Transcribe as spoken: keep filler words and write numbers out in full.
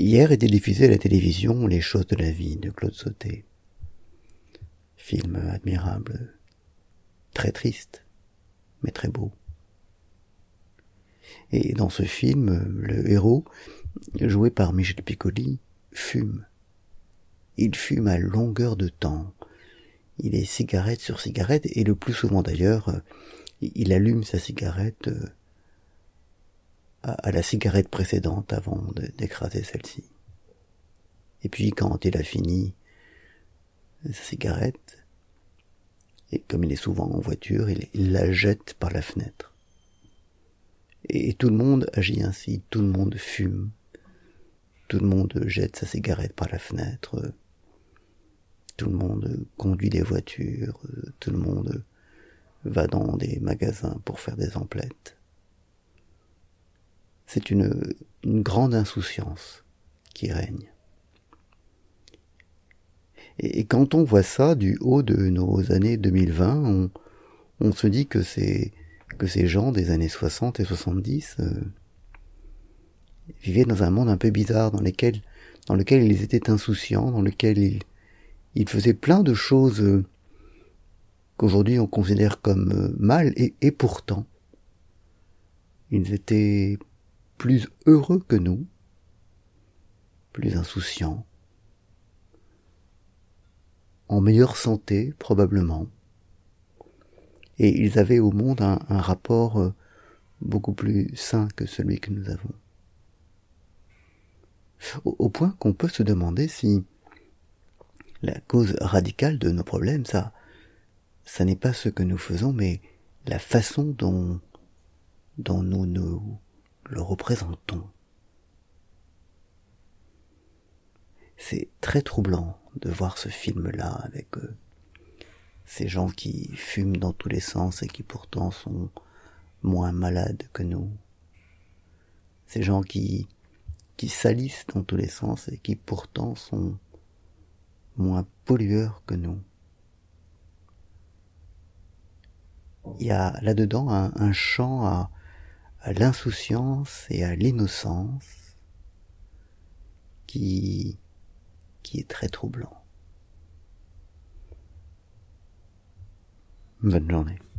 Hier était diffusé à la télévision Les choses de la vie de Claude Sautet. Film admirable, très triste, mais très beau. Et dans ce film, le héros, joué par Michel Piccoli, fume. Il fume à longueur de temps. Il est cigarette sur cigarette, et le plus souvent d'ailleurs, il allume sa cigarette à la cigarette précédente avant d'écraser celle-ci. Et puis quand il a fini sa cigarette, et comme il est souvent en voiture, il, il la jette par la fenêtre. Et, et tout le monde agit ainsi, tout le monde fume, tout le monde jette sa cigarette par la fenêtre, tout le monde conduit des voitures, tout le monde va dans des magasins pour faire des emplettes. C'est une, une grande insouciance qui règne. Et, et quand on voit ça du haut de nos années deux mille vingt, on, on se dit que ces, que ces gens des années soixante et soixante-dix euh, vivaient dans un monde un peu bizarre, dans lequel, dans lequel ils étaient insouciants, dans lequel ils, ils faisaient plein de choses euh, qu'aujourd'hui on considère comme euh, mal, et, et pourtant, ils étaient plus heureux que nous, plus insouciants, en meilleure santé probablement, et ils avaient au monde un, un rapport beaucoup plus sain que celui que nous avons. Au, au point qu'on peut se demander si la cause radicale de nos problèmes, ça, ça n'est pas ce que nous faisons, mais la façon dont, dont nous nous le représentons. C'est très troublant de voir ce film-là avec euh, ces gens qui fument dans tous les sens et qui pourtant sont moins malades que nous. Ces gens qui, qui salissent dans tous les sens et qui pourtant sont moins pollueurs que nous. Il y a là-dedans un, un chant à, à l'insouciance et à l'innocence qui, qui est très troublant. Bonne journée.